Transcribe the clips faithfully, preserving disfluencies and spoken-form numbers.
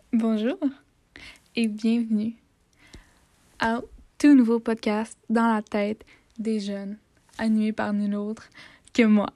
Bonjour et bienvenue à tout nouveau podcast dans la tête des jeunes, animé par nul autre que moi.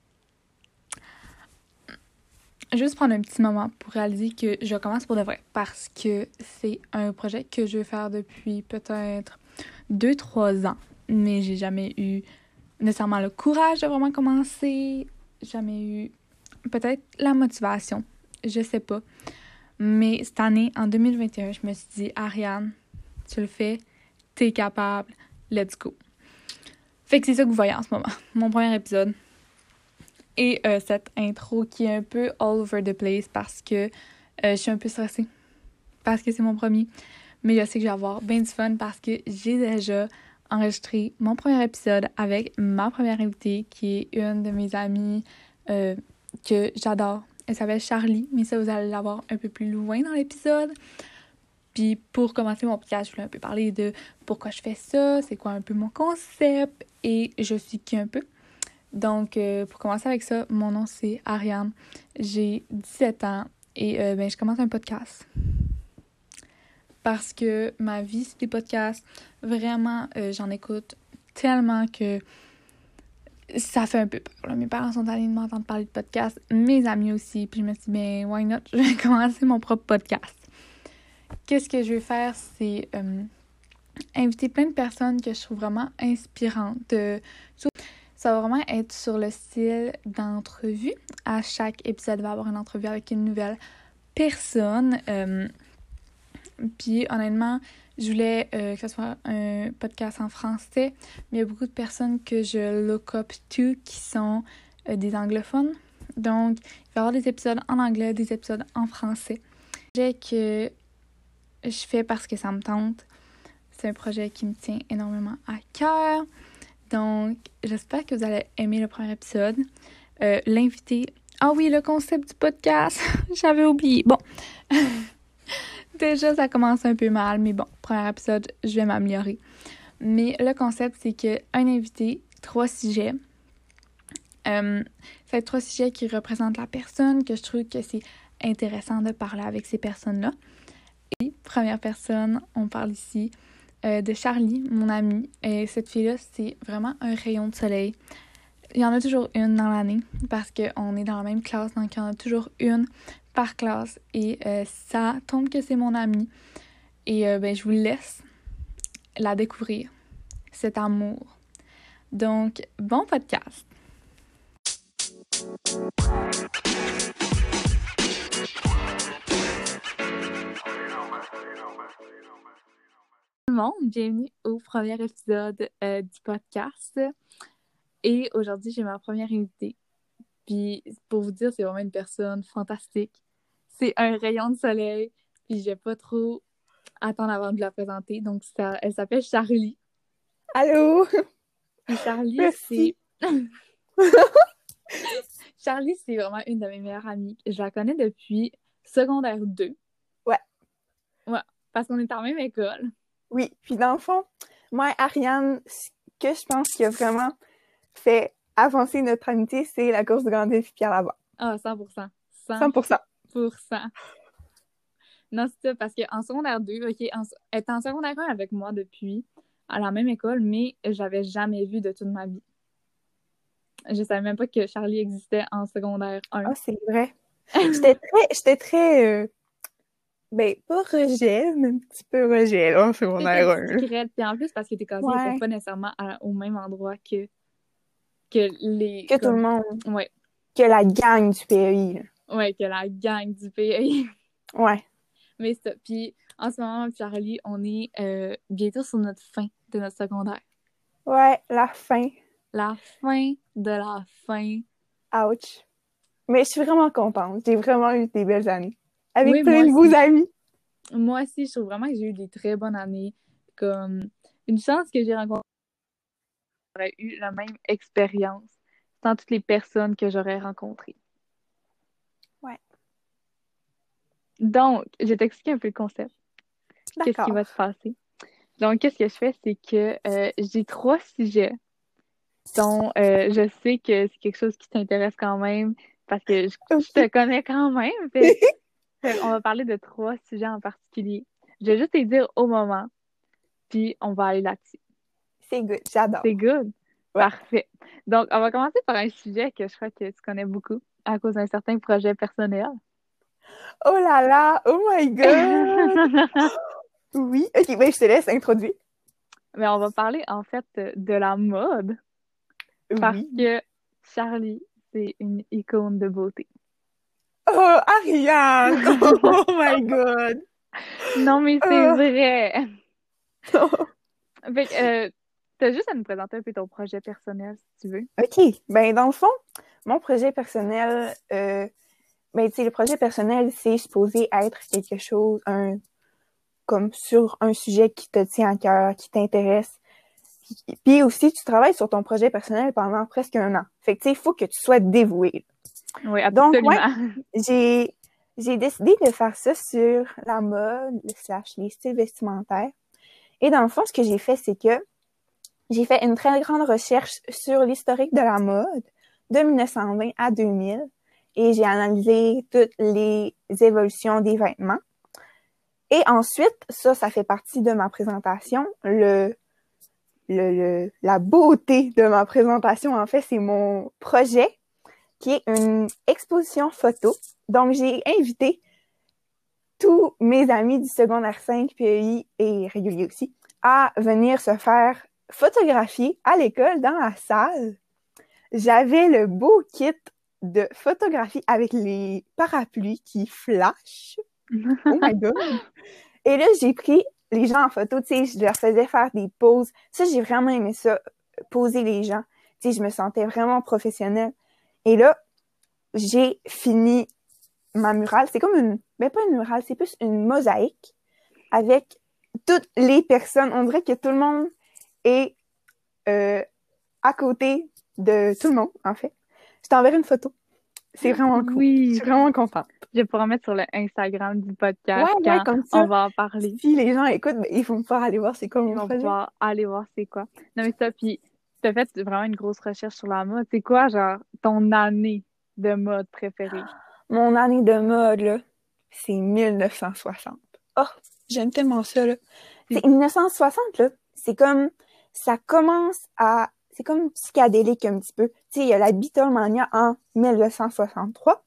Juste prendre un petit moment pour réaliser que je commence pour de vrai parce que c'est un projet que je veux faire depuis peut-être deux trois ans, mais j'ai jamais eu nécessairement le courage de vraiment commencer, jamais eu peut-être la motivation, je sais pas. Mais cette année, en deux mille vingt et un, je me suis dit, Ariane, tu le fais, t'es capable, let's go. Fait que c'est ça que vous voyez en ce moment, mon premier épisode. Et euh, cette intro qui est un peu all over the place parce que euh, je suis un peu stressée. Parce que c'est mon premier. Mais je sais que je vais avoir bien du fun parce que j'ai déjà enregistré mon premier épisode avec ma première invitée qui est une de mes amies euh, que j'adore. Elle s'appelle Charlie, mais ça, vous allez la voir un peu plus loin dans l'épisode. Puis pour commencer mon podcast, je voulais un peu parler de pourquoi je fais ça, c'est quoi un peu mon concept et je suis qui un peu. Donc, euh, pour commencer avec ça, mon nom c'est Ariane, j'ai dix-sept ans et euh, ben, je commence un podcast. Parce que ma vie, c'est des podcasts. Vraiment, euh, j'en écoute tellement que ça fait un peu peur. Là. Mes parents sont allés m'entendre parler de podcast, mes amis aussi. Puis je me suis dit, ben, why not? Je vais commencer mon propre podcast. Qu'est-ce que je vais faire? C'est euh, inviter plein de personnes que je trouve vraiment inspirantes. Euh, ça va vraiment être sur le style d'entrevue. À chaque épisode, il va y avoir une entrevue avec une nouvelle personne. Euh, Puis honnêtement, je voulais euh, que ce soit un podcast en français, mais il y a beaucoup de personnes que je look up to qui sont euh, des anglophones. Donc, il va y avoir des épisodes en anglais, des épisodes en français. Un projet que je fais parce que ça me tente. C'est un projet qui me tient énormément à cœur. Donc, j'espère que vous allez aimer le premier épisode. Euh, L'invité... Ah oui, le concept du podcast! J'avais oublié. Bon... Déjà, ça commence un peu mal, mais bon, premier épisode, je vais m'améliorer. Mais le concept, c'est qu'un invité, trois sujets. Euh, c'est trois sujets qui représentent la personne, que je trouve que c'est intéressant de parler avec ces personnes-là. Et première personne, on parle ici euh, de Charlie, mon amie. Et cette fille-là, c'est vraiment un rayon de soleil. Il y en a toujours une dans l'année parce qu'on est dans la même classe, donc il y en a toujours une par classe et euh, ça tombe que c'est mon amie et euh, ben je vous laisse la découvrir, cet amour. Donc, bon podcast! Tout le monde, bienvenue au premier épisode euh, du podcast et aujourd'hui j'ai ma première invitée. Puis pour vous dire, c'est vraiment une personne fantastique. C'est un rayon de soleil. Puis je vais pas trop attendre avant de la présenter. Donc ça, elle s'appelle Charlie. Allô? Puis Charlie, Merci. c'est... Charlie, c'est vraiment une de mes meilleures amies. Je la connais depuis secondaire deux. Ouais. Ouais, parce qu'on est en même école. Oui, puis dans le fond, moi, Ariane, ce que je pense qui a vraiment fait avancer notre amitié, c'est la course de Grand Défi Pierre Lavoie. Ah, cent pour cent. cent pour cent. Pour cent. Non, c'est ça, parce qu'en secondaire deux, OK, en, elle était en secondaire un avec moi depuis, à la même école, mais je l'avais jamais vue de toute ma vie. Je savais même pas que Charlie existait en secondaire un. Ah, c'est vrai. J'étais très, j'étais très, euh, ben, pas rejet, mais un petit peu rejet, là, en secondaire un. Secrète. Puis en plus, parce que tes cousins Ouais. n'étaient pas nécessairement à, au même endroit que, que les... Que comme, tout le monde. Ouais. Que la gang du P E I, là. Ouais, que la gang du pays. Ouais. Mais c'est ça. Puis en ce moment, Charlie, on est euh, bientôt sur notre fin de notre secondaire. Ouais, la fin. La fin de la fin. Ouch. Mais je suis vraiment contente. J'ai vraiment eu des belles années. Avec Oui, plein moi de beaux aussi. amis. Moi aussi, je trouve vraiment que j'ai eu des très bonnes années. Comme une chance que j'ai rencontré, j'aurais eu la même expérience sans toutes les personnes que j'aurais rencontrées. Ouais. Donc, je vais t'expliquer un peu le concept. Qu'est-ce qui D'accord. va se passer? Donc, qu'est-ce que je fais, c'est que euh, j'ai trois sujets dont euh, je sais que c'est quelque chose qui t'intéresse quand même parce que je, je te connais quand même. Fait Fait qu'on va parler de trois sujets en particulier. Je vais juste te dire au moment, puis on va aller là-dessus. C'est good, j'adore. C'est good? Ouais. Parfait. Donc, on va commencer par un sujet que je crois que tu connais beaucoup à cause d'un certain projet personnel. Oh là là, oh my god! Oui, ok, ben je te laisse introduire. Mais on va parler en fait de la mode parce Oui. que Charlie, c'est une icône de beauté. Oh, Ariane! Oh my god! Non, mais c'est Oh. vrai! Fait que, euh, t'as juste à nous présenter un peu ton projet personnel, si tu veux. Ok, ben dans le fond, mon projet personnel, euh, ben tu sais, le projet personnel, c'est supposé être quelque chose, un comme sur un sujet qui te tient à cœur, qui t'intéresse. Puis, puis aussi, tu travailles sur ton projet personnel pendant presque un an. Fait que tu sais, il faut que tu sois dévoué. Oui, Donc, absolument. ouais, j'ai j'ai décidé de faire ça sur la mode, slash les styles vestimentaires. Et dans le fond, ce que j'ai fait, c'est que j'ai fait une très grande recherche sur l'historique de la mode de mille neuf cent vingt à deux mille et j'ai analysé toutes les évolutions des vêtements. Et ensuite, ça, ça fait partie de ma présentation. Le, le, le la beauté de ma présentation, en fait, c'est mon projet qui est une exposition photo. Donc, j'ai invité tous mes amis du secondaire cinq, P E I et régulier aussi, à venir se faire photographier à l'école dans la salle. J'avais le beau kit de photographie avec les parapluies qui flashent. Oh my god! Et là, j'ai pris les gens en photo, tu sais, je leur faisais faire des poses. Ça, j'ai vraiment aimé ça, poser les gens. Tu sais, je me sentais vraiment professionnelle. Et là, j'ai fini ma murale. C'est comme une, ben pas une murale, c'est plus une mosaïque avec toutes les personnes. On dirait que tout le monde est euh, à côté de tout le monde, en fait. Je t'enverrai une photo. C'est vraiment cool. Oui. Je suis vraiment contente. Je vais pouvoir mettre sur le Instagram du podcast Ouais, ouais, quand comme ça. on va en parler. Si les gens écoutent, ben, ils vont pouvoir aller voir c'est quoi Ils mon vont projet. pouvoir aller voir c'est quoi. Non, mais ça, puis t'as fait vraiment une grosse recherche sur la mode. C'est quoi, genre, ton année de mode préférée? Mon année de mode, là, c'est mille neuf cent soixante. Oh, j'aime tellement ça, là. C'est mille neuf cent soixante, là, c'est comme, ça commence à, c'est comme psychédélique un petit peu. Tu sais, il y a la Beatlemania en mille neuf cent soixante-trois.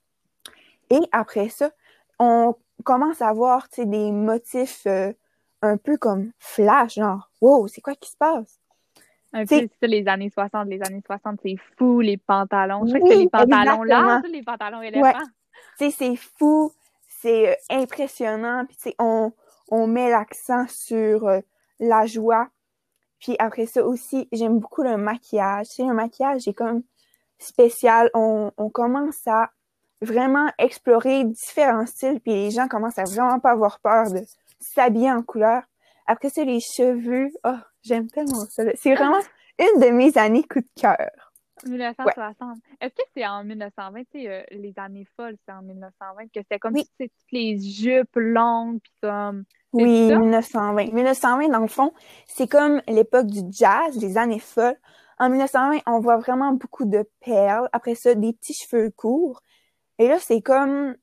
Et après ça, on commence à voir, tu sais, des motifs euh, un peu comme flash, genre, wow, c'est quoi qui se passe? Un T'sais, peu, c'est ça, les années soixante. Les années soixante, c'est fou, les pantalons. Je crois que oui, c'est les pantalons exactement. larges, les pantalons Ouais. éléphants. Tu sais, c'est fou, c'est euh, impressionnant, puis tu sais, on, on met l'accent sur euh, la joie. Puis après ça aussi, j'aime beaucoup le maquillage. Tu sais, le maquillage est comme spécial. On, on commence à vraiment explorer différents styles, puis les gens commencent à vraiment pas avoir peur de s'habiller en couleur. Après ça, les cheveux, oh, j'aime tellement ça. C'est vraiment une de mes années coup de cœur. mille neuf cent soixante. Ouais. Est-ce que c'est en mille neuf cent vingt, tu sais, euh, les années folles, c'est en mille neuf cent vingt, que c'était comme, oui. tu sais, toutes les jupes longues, puis comme... Oui, mille neuf cent vingt. mille neuf cent vingt, dans le fond, c'est comme l'époque du jazz, les années folles. En mille neuf cent vingt, on voit vraiment beaucoup de perles. Après ça, des petits cheveux courts. Et là, c'est comme...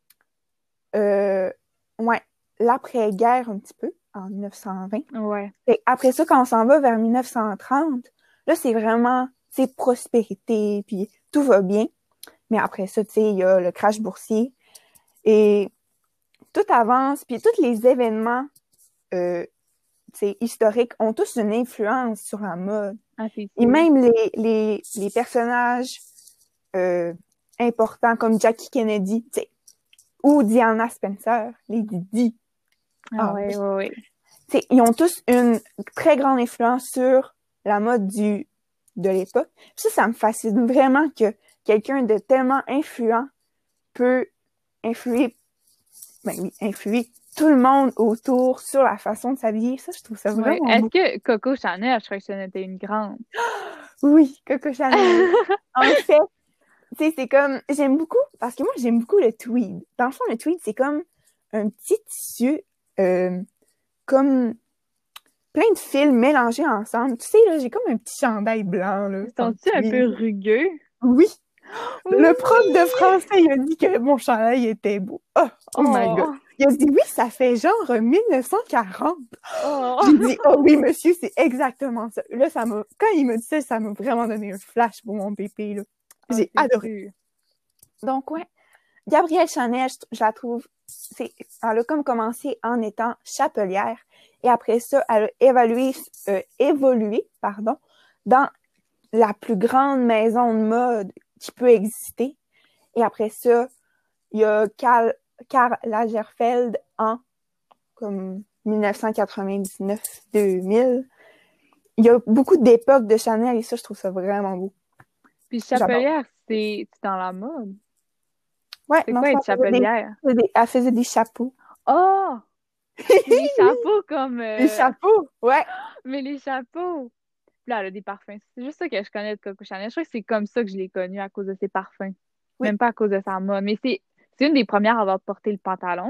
Euh, ouais, l'après-guerre un petit peu, en mille neuf cent vingt. Ouais. Et après ça, quand on s'en va vers mille neuf cent trente, là, c'est vraiment, c'est prospérité, puis tout va bien. Mais après ça, tu sais, il y a le crash boursier. Et tout avance, puis tous les événements euh, historiques ont tous une influence sur la mode. Ah, c'est Et même les, les, les personnages euh, importants comme Jackie Kennedy, tu sais, ou Diana Spencer, les Didi. Ah, ah ouais, ouais, ouais. T'sais, ils ont tous une très grande influence sur la mode du de l'époque. Ça, ça me fascine vraiment que quelqu'un de tellement influent peut influer, ben oui, influer tout le monde autour sur la façon de s'habiller. Ça, je trouve ça vraiment ouais. beau. Est-ce que Coco Chanel, je crois que ça était une grande? Oui, Coco Chanel. En fait, tu sais, c'est comme, j'aime beaucoup, parce que moi, j'aime beaucoup le tweed. Dans le fond, le tweed, c'est comme un petit tissu, euh, comme plein de fils mélangés ensemble. Tu sais, là, j'ai comme un petit chandail blanc, là. Sont-ils un peu rugueux? Oui. Le prof de Oui! français, il a dit que mon chandail était beau. Oh, oh my God. Oh! Il a dit oui, ça fait genre mille neuf cent quarante. J'ai Oh! dit, oh oui, monsieur, c'est exactement ça. Là, ça m'a, quand il m'a dit ça, ça m'a vraiment donné un flash pour mon bébé, là. Ah, J'ai c'est adoré. sûr. Donc, ouais, Gabrielle Chanel, je, je la trouve, c'est, elle a comme commencé en étant chapelière et après ça, elle a évalué, euh, évolué, pardon, dans la plus grande maison de mode qui peut exister. Et après ça, il y a Karl, Karl Lagerfeld en comme mille neuf cent quatre-vingt-dix-neuf deux mille. Il y a beaucoup d'époques de Chanel et ça, je trouve ça vraiment beau. Puis J'adore. chapelière, c'est c'est dans la mode. Ouais, C'est non, quoi ça, être elle faisait des, chapelière? elle faisait des chapeaux. Oh! C'est les Oui, chapeaux comme... des euh, chapeaux, ouais. Mais les chapeaux! Puis là, elle a des parfums. C'est juste ça que je connais de Coco Chanel. Je crois que c'est comme ça que je l'ai connue à cause de ses parfums. Oui, Même pas à cause de sa mode. Mais c'est c'est une des premières à avoir porté le pantalon.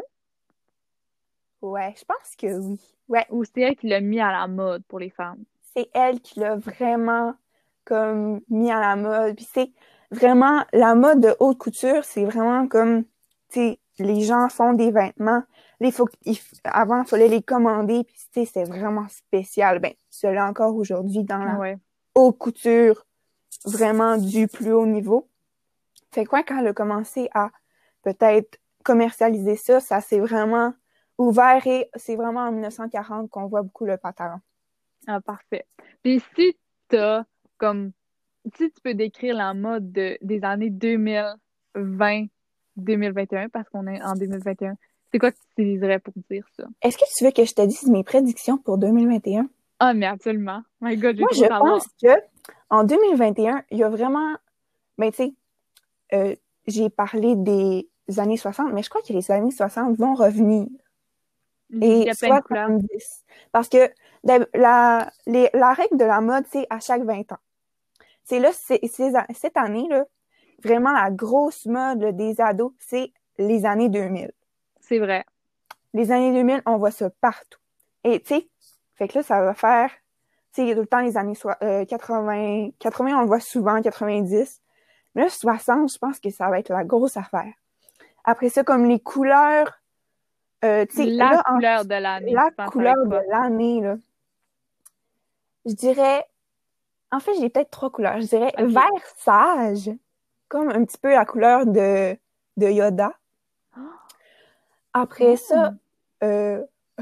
ouais, je pense que oui. Ouais, Ou c'est elle qui l'a mis à la mode pour les femmes. c'est elle qui l'a vraiment comme mis à la mode. Puis c'est vraiment la mode de haute couture, c'est vraiment comme, tu sais, les gens font des vêtements. Là, il faut, il, avant, il fallait les commander, puis tu sais, c'est vraiment spécial. Ben, cela encore aujourd'hui dans la Ouais. haute couture, vraiment du plus haut niveau. Fait quoi, quand elle a commencé à peut-être commercialiser ça, ça s'est vraiment ouvert et c'est vraiment en mille neuf cent quarante qu'on voit beaucoup le pantalon. Ah, parfait. Puis si t'as comme... Si tu peux décrire la mode de, des années deux mille vingt, deux mille vingt et un, parce qu'on est en deux mille vingt et un, c'est quoi que tu utiliserais pour dire ça? Est-ce que tu veux que je te dise mes prédictions pour deux mille vingt et un? Ah, mais absolument. My God, j'ai Moi, trop je savoir. pense que en deux mille vingt et un, il y a vraiment, ben tu sais, euh, j'ai parlé des années soixante, mais je crois que les années soixante vont revenir. Il Et y a plein de couleurs. soixante-dix. Parce que la, la, les, la règle de la mode, c'est à chaque vingt ans. C'est là, c'est, c'est, cette année, là, vraiment la grosse mode là, des ados, c'est les années deux mille. C'est vrai. Les années deux mille, on voit ça partout. Et tu sais, fait que là, ça va faire, tu sais, il y a tout le temps les années so- euh, quatre-vingts, quatre-vingts, on le voit souvent, quatre-vingt-dix. Mais là, soixante, je pense que ça va être la grosse affaire. Après ça, comme les couleurs, euh, tu sais, La là, en, couleur de l'année, la tu penses couleur avec de quoi? l'année, là, je dirais, en fait, j'ai peut-être trois couleurs. Je dirais OK. vert sage, comme un petit peu la couleur de, de Yoda. Après ça, Oh. euh,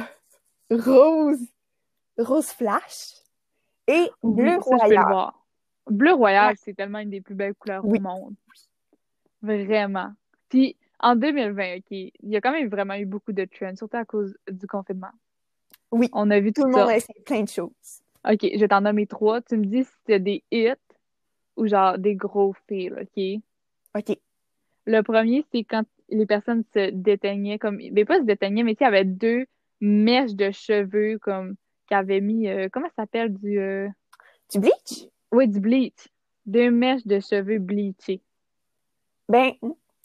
rose, rose flash et bleu Oui, ça, je peux le royal. voir. Bleu Ouais, royal, c'est tellement une des plus belles couleurs au oui, monde. Vraiment. Puis, en deux mille vingt, OK, il y a quand même vraiment eu beaucoup de trends, surtout à cause du confinement. oui. On a vu Tout tout le monde ça. a essayé plein de choses. OK, je vais t'en nommer trois. Tu me dis si c'est des hits ou genre des gros fails, OK? OK. Le premier, c'est quand les personnes se déteignaient comme... Mais pas se déteignaient, mais tu sais, il y avait deux mèches de cheveux comme qui avaient mis... euh, comment ça s'appelle? Du... euh, Du bleach? Oui, du bleach. Deux mèches de cheveux bleachés. Ben,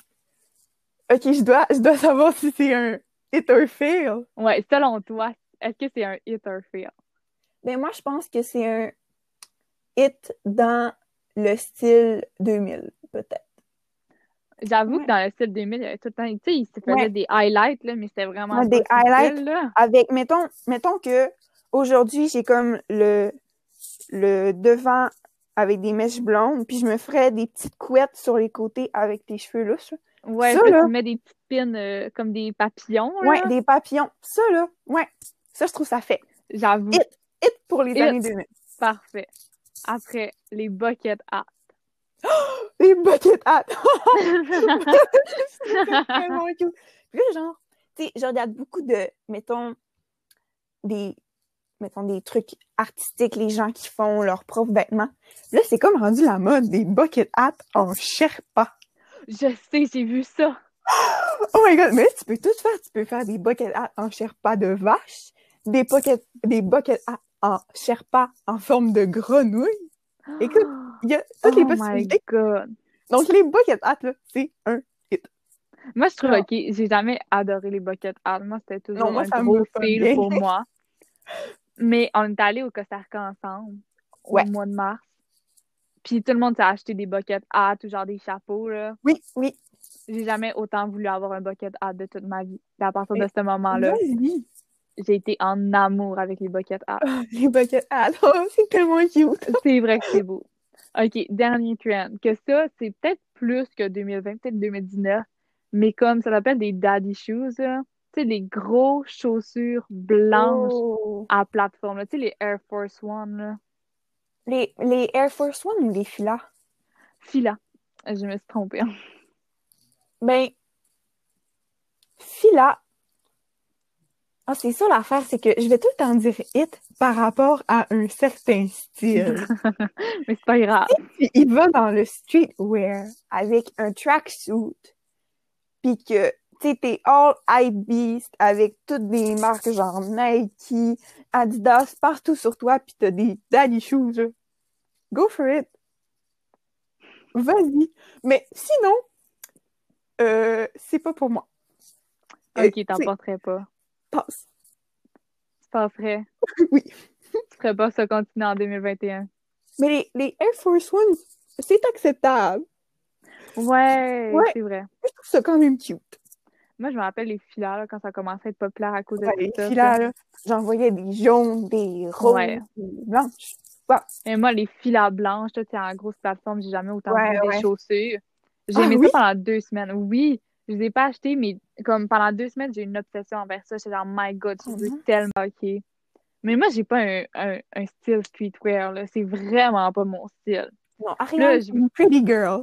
OK, je dois, je dois savoir si c'est un hit or fail. Ouais, selon toi, est-ce que c'est un hit or fail? Ben, moi, je pense que c'est un hit dans le style deux mille, peut-être. J'avoue que Ouais. dans le style deux mille, il y avait tout le temps... Tu sais, il se faisait Ouais. des highlights, là, mais c'était vraiment Ouais, pas des highlights subtil, là. avec, mettons, mettons que aujourd'hui, j'ai comme le, le devant avec des mèches blondes, puis je me ferais des petites couettes sur les côtés avec des cheveux louches. Ouais, Ça, puis là, là, tu mets des petites pins euh, comme des papillons, ouais, là. des papillons. Ça, là, ouais. Ça, je trouve ça fait. J'avoue. Hit, hit pour les Hit! années deux mille. Parfait. Après, les bucket hats. Les bucket hats. Je trouve ça tellement cute. Puis là, genre, tu sais, je regarde beaucoup de, mettons, des, mettons, des trucs artistiques, les gens qui font leurs propres vêtements. Là, c'est comme rendu la mode des bucket hats en Sherpa. Je sais, j'ai vu ça. Oh my god, mais là, tu peux tout faire. Tu peux faire des bucket hats en Sherpa de vache, des bucket, des bucket hats en Sherpa en forme de grenouille. Écoute, il y a toutes les Oh my possibilités. God. Donc, les bucket hats, là, c'est un hit. Moi, je trouve, Genre, OK, j'ai jamais adoré les bucket hats. Moi, c'était non, toujours moi, un ça me gros va pas fail bien. pour moi. Mais on est allé au Costa Rica ensemble au Ouais. mois de mars. Puis tout le monde s'est acheté des bucket hats ou genre des chapeaux, là. Oui, oui. J'ai jamais autant voulu avoir un bucket hat de toute ma vie. Et à partir de Mais ce moment-là, vas-y. j'ai été en amour avec les bucket hats. Ah, les bucket hats, oh, c'est tellement cute. C'est vrai que c'est beau. OK, dernier trend. Que ça, c'est peut-être plus que deux mille vingt, peut-être deux mille dix-neuf, mais comme ça s'appelle des daddy shoes, là. Tu sais, les gros chaussures blanches Oh. à plateforme, là. Tu sais, les Air Force One, là. Les, les Air Force One ou les Fila? Fila. Je me suis trompée. Ben, Fila. Ah, c'est ça l'affaire, c'est que je vais tout le temps dire it par rapport à un certain style. Mais c'est pas grave. Puis il va dans le streetwear avec un tracksuit, puis que tu sais, t'es all hype beast avec toutes des marques genre Nike, Adidas, partout sur toi, puis t'as des daddy shoes. Là. Go for it! Vas-y! Mais sinon, euh, c'est pas pour moi. Ok, Euh, t'en t'sais, porterais pas. passe. C'est pas vrai. Oui. Tu ferais pas ça continuer en deux mille vingt et un. Mais les, les Air Force One, c'est acceptable. Ouais, Ouais, c'est vrai. je trouve ça quand même cute. Moi, je me rappelle les filas, là, quand ça commençait à être populaire à cause de Ouais, les TikTok. filas, là. là, j'en voyais des jaunes, des roses, Ouais. des blanches. Ouais, Et moi, les filas blanches, là, tu sais, en grosse plateforme, j'ai jamais autant ouais, voulu des ouais. chaussures. J'ai Ah aimé oui? ça pendant deux semaines. Oui, je les ai pas achetées, mais comme pendant deux semaines, j'ai eu une obsession envers ça. J'étais genre, my God, je veux Mhm. tellement ok. Mais moi, j'ai pas un, un, un style streetwear, là. C'est vraiment pas mon style. Non, Puis là, Ariane, je... c'est une pretty girl.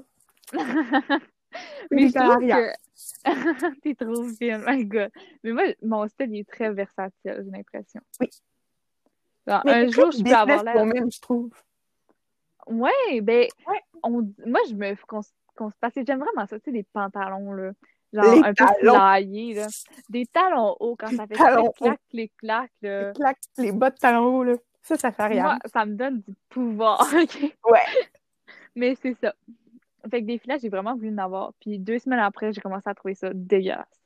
Mais Pretty je girl trouve Ariane. que t'es trop fine, my God. Mais moi, mon style, il est très versatile, j'ai l'impression. Oui. Genre, Mais un c'est très jour, je peux avoir l'air... businesswoman, je trouve. Ouais, ben, Ouais. on... moi, je me... Qu'on... qu'on se passe... J'aime vraiment ça, tu sais, des pantalons, là. Genre, Les un peu talons, flyés, là. Des talons hauts, quand les ça fait talons hauts, clic-clac, clic-clac, les là. claques, les bas de talons hauts, là. Ça, ça fait Moi, Ariane. ça me donne du pouvoir, OK? Ouais. Mais c'est ça. Fait que des filages, j'ai vraiment voulu en avoir. Puis deux semaines après, j'ai commencé à trouver ça dégueulasse.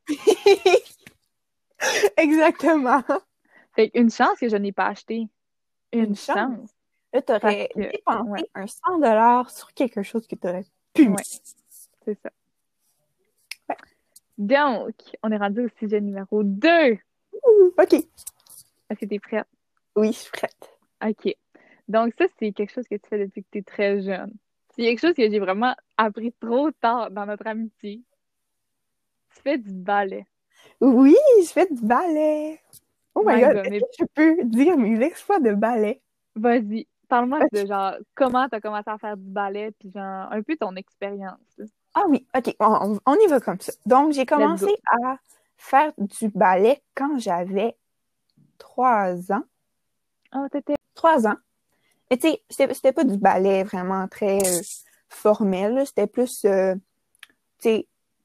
Exactement. Fait qu'une chance que je n'ai pas acheté. Une Une chance. chance. Là, Parce t'aurais que, ouais, dépensé un cent dollars sur quelque chose que t'aurais pu ouais, c'est ça. Ouais. Donc, on est rendu au sujet numéro deux. Ouh, OK. Est-ce que t'es prête? Oui, je suis prête. OK. Donc, ça, c'est quelque chose que tu fais depuis que tu es très jeune. C'est quelque chose que j'ai vraiment appris trop tard dans notre amitié. Tu fais du ballet. Oui, je fais du ballet. Oh my My God, God, est-ce mais que je peux dire mes exploits de ballet? vas-y, parle-moi Ok. de genre comment t'as commencé à faire du ballet, puis genre un peu ton expérience. Là. Ah oui, OK, on, on y va comme ça. Donc, j'ai Let's commencé go. à faire du ballet quand j'avais trois ans. Oh, t'étais... Trois ans. Mais tu sais, c'était c'était pas du ballet vraiment très euh, formel, là. C'était plus, euh, tu sais,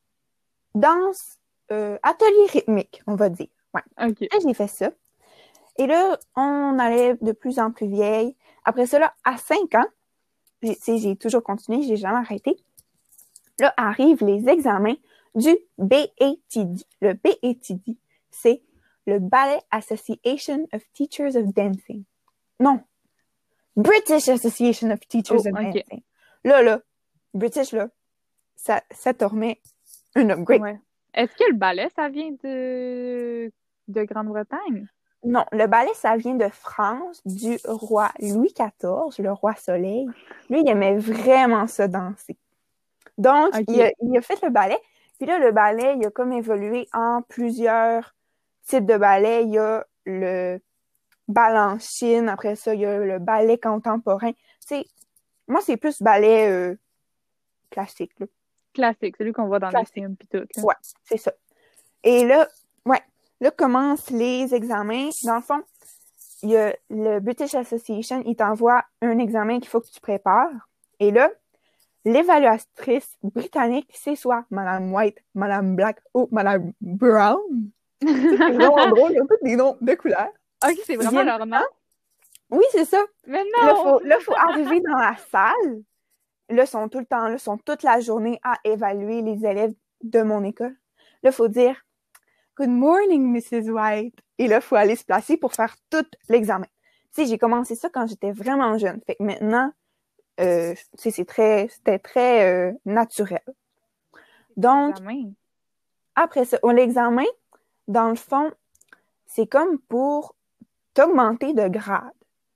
danse, euh, atelier rythmique, on va dire. Ouais. OK. Et j'ai fait ça. Et là, on allait de plus en plus vieille. Après ça, là, à cinq ans, j'ai, tu sais, j'ai toujours continué, j'ai jamais arrêté. Là, arrivent les examens du B A T D. Le B A T D, c'est le Ballet Association of Teachers of Dancing. Non. British Association of Teachers Oh, of OK. Dancing. Là, là, British, là, ça, ça te remet un upgrade. Ouais. Est-ce que le ballet, ça vient de, de Grande-Bretagne? Non, le ballet, ça vient de France, du roi Louis quatorze, le roi Soleil. Lui, il aimait vraiment ça danser. Donc, OK. il a, il a fait le ballet. Puis là, le ballet, il a comme évolué en plusieurs types de ballet. Il y a le ballet en Chine. Après ça, il y a le ballet contemporain. C'est, moi, c'est plus ballet euh, classique. Là. Classique, celui qu'on voit dans Classique. les films pis tout. Là. Ouais, c'est ça. Et là, ouais, là commencent les examens. Dans le fond, il y a le British Association, il t'envoie un examen qu'il faut que tu prépares. Et là, l'évaluatrice britannique, c'est soit Madame White, Madame Black ou Madame Brown. C'est des noms drôles, ils ont tous des noms de couleurs. OK, c'est vraiment Viennent- leur nom? Oui, c'est ça. Mais Là, non! faut, là, faut arriver dans la salle. Là, ils sont tout le temps là, ils sont toute la journée à évaluer les élèves de mon école. Là, il faut dire Good morning, missus White. Et là, il faut aller se placer pour faire tout l'examen. Tu sais, j'ai commencé ça quand j'étais vraiment jeune. Fait que maintenant, euh, tu sais, c'est très, c'était très euh, naturel. Donc, Examen. après ça, on l'examen, dans le fond, c'est comme pour t'augmenter de grade.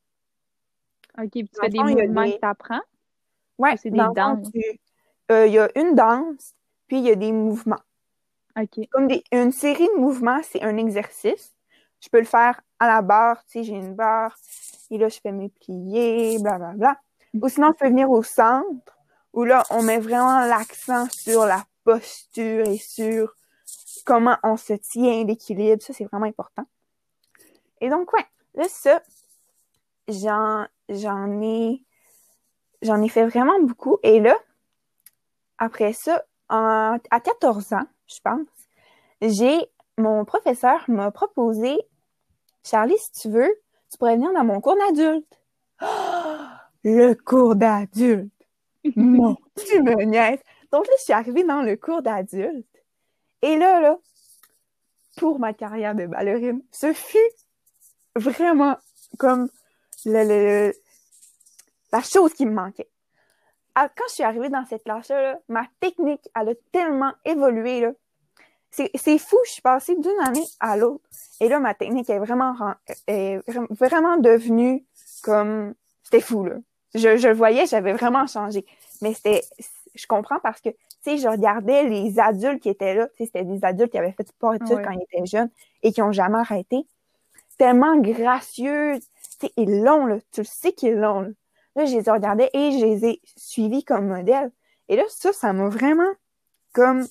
OK, puis tu Dans fais le des fond, il y a mouvements des... que t'apprends Ouais, ou c'est des dans le fond, danses? tu... euh, il y a une danse, puis il y a des mouvements. OK. Comme des... une série de mouvements, c'est un exercice. Je peux le faire à la barre, tu sais, j'ai une barre, et là, je fais mes pliés, blablabla. Ou sinon, je peux venir au centre, où là, on met vraiment l'accent sur la posture et sur comment on se tient, l'équilibre. Ça, c'est vraiment important. Et donc, ouais, là, ça, j'en, j'en ai, j'en ai fait vraiment beaucoup. Et là, après ça, en, à quatorze ans, je pense, j'ai, mon professeur m'a proposé, Charlie, si tu veux, tu pourrais venir dans mon cours d'adulte. Oh, le cours d'adulte! Non, tu me niaises! Donc là, je suis arrivée dans le cours d'adulte. Et là, là, pour ma carrière de ballerine, ce fut vraiment comme le, le, la chose qui me manquait. Alors, quand je suis arrivée dans cette classe-là, là, ma technique, elle a tellement évolué, là. C'est, c'est fou, je suis passée d'une année à l'autre. Et là, ma technique est vraiment, est vraiment devenue comme, c'était fou, là. Je, je le voyais, j'avais vraiment changé. Mais c'était, je comprends parce que, tu sais, je regardais les adultes qui étaient là, tu sais, c'était des adultes qui avaient fait sport-études Ouais. quand ils étaient jeunes et qui ont jamais arrêté. Tellement gracieux, tu sais, ils l'ont, là. Tu le sais qu'ils l'ont, là. Là, je les ai regardés et je les ai suivis comme modèle. Et là, ça, ça m'a vraiment comme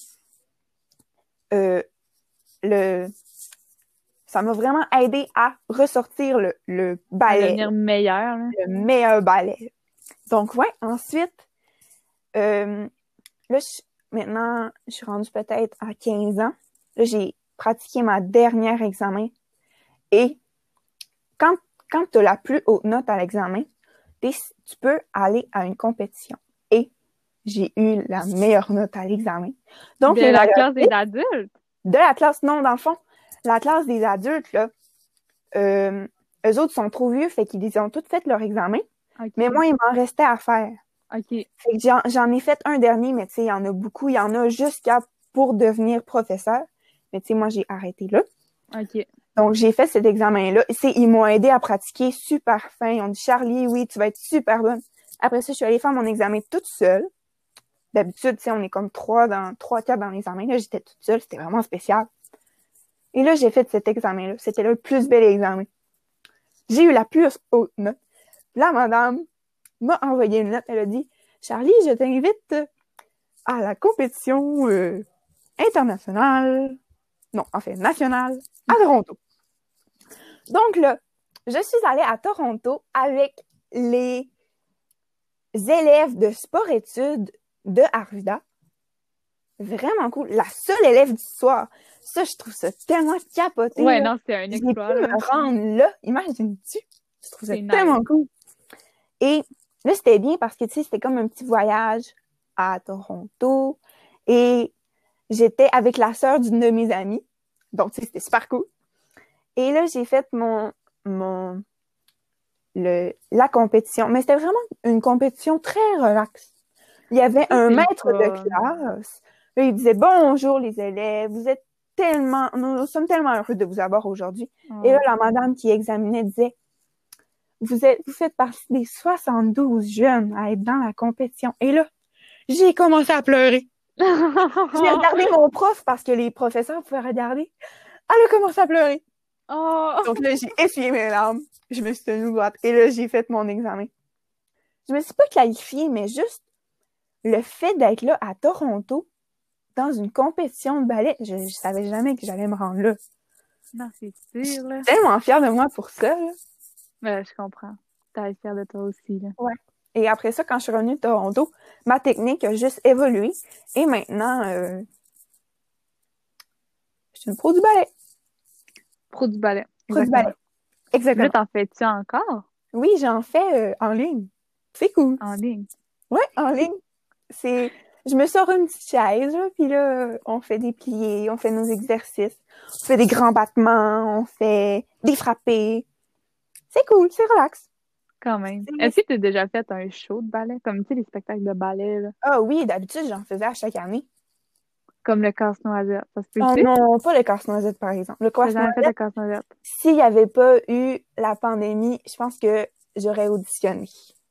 euh, le ça m'a vraiment aidé à ressortir le, le À ballet, devenir meilleur, là. le meilleur ballet. Donc, ouais, ensuite, euh, là, je, maintenant, je suis rendue peut-être à quinze ans. Là, j'ai pratiqué ma dernière examen. Et quand, quand tu as la plus haute note à l'examen, tu peux aller à une compétition. Et j'ai eu la meilleure note à l'examen. Donc, de les la lauréats- classe des adultes? de la classe, non, dans le fond, la classe des adultes, là, euh, eux autres sont trop vieux, fait qu'ils ont tous fait leur examen. OK. Mais moi, il m'en restait à faire. OK. Fait que j'en, j'en ai fait un dernier, mais tu sais, il y en a beaucoup. Il y en a jusqu'à pour devenir professeur. Mais tu sais, moi, j'ai arrêté là. OK. Donc, j'ai fait cet examen-là. C'est, ils m'ont aidé à pratiquer super fin. Ils ont dit, Charlie, oui, tu vas être super bonne. Après ça, je suis allée faire mon examen toute seule. D'habitude, tu sais, on est comme trois dans, trois, quatre dans l'examen. Là, j'étais toute seule. C'était vraiment spécial. Et là, j'ai fait cet examen-là. C'était le plus bel examen. J'ai eu la plus haute note. La madame m'a envoyé une note. Elle a dit, Charlie, je t'invite à la compétition euh, internationale, non, en fait, nationale, à Toronto. Donc là, je suis allée à Toronto avec les élèves de sport-études de Arvida. Vraiment cool. La seule élève d'histoire. Ça, je trouve ça tellement capoté. Ouais, là. non, c'était un J'ai exploit, pu là. me rendre là. Imagine-tu? Je trouve ça C'est tellement nice. cool. Et là, c'était bien parce que, tu sais, c'était comme un petit voyage à Toronto. Et j'étais avec la sœur d'une de mes amies. Donc, tu sais, c'était super cool. Et là, j'ai fait mon, mon, le, la compétition. Mais c'était vraiment une compétition très relaxe. Il y avait un C'est le maître de fun. classe. Là, il disait, bonjour les élèves, vous êtes tellement, nous, nous sommes tellement heureux de vous avoir aujourd'hui. Et là, Ouais. la madame qui examinait disait, vous êtes, vous faites partie des soixante-douze jeunes à être dans la compétition. Et là, j'ai commencé à pleurer. J'ai regardé mon prof parce que les professeurs pouvaient regarder. Elle a commencé à pleurer. Oh! Donc là, j'ai essuyé mes larmes. Je me suis tenue droite. Et là, j'ai fait mon examen. Je me suis pas qualifiée, mais juste le fait d'être là à Toronto, dans une compétition de ballet, je, je savais jamais que j'allais me rendre là. Non, c'est Je suis sûr, là. tellement fière de moi pour ça, là. Ouais, je comprends. T'as être fière de toi aussi, là. Ouais. Et après ça, quand je suis revenue de Toronto, ma technique a juste évolué. Et maintenant, euh, je suis une pro du ballet. Pro du ballet. Pro du Exactement. ballet. Là, Exactement. t'en fais-tu encore Oui, j'en fais euh, en ligne. C'est cool. en ligne? Ouais, en ligne. C'est, je me sors une petite chaise, là, puis là, on fait des pliés, on fait nos exercices, on fait des grands battements, on fait des frappés. C'est cool, c'est relax. Quand même. Tu Est-ce sais, que tu as déjà fait un show de ballet, comme, tu sais, les spectacles de ballet, là, Ah oui, d'habitude, j'en faisais à chaque année. comme le casse-noisette? Ça se Oh peut-tu? non, pas le casse-noisette, par exemple. Le T'as jamais fait casse-noisette, de casse-noisette? s'il n'y avait pas eu la pandémie, je pense que j'aurais auditionné.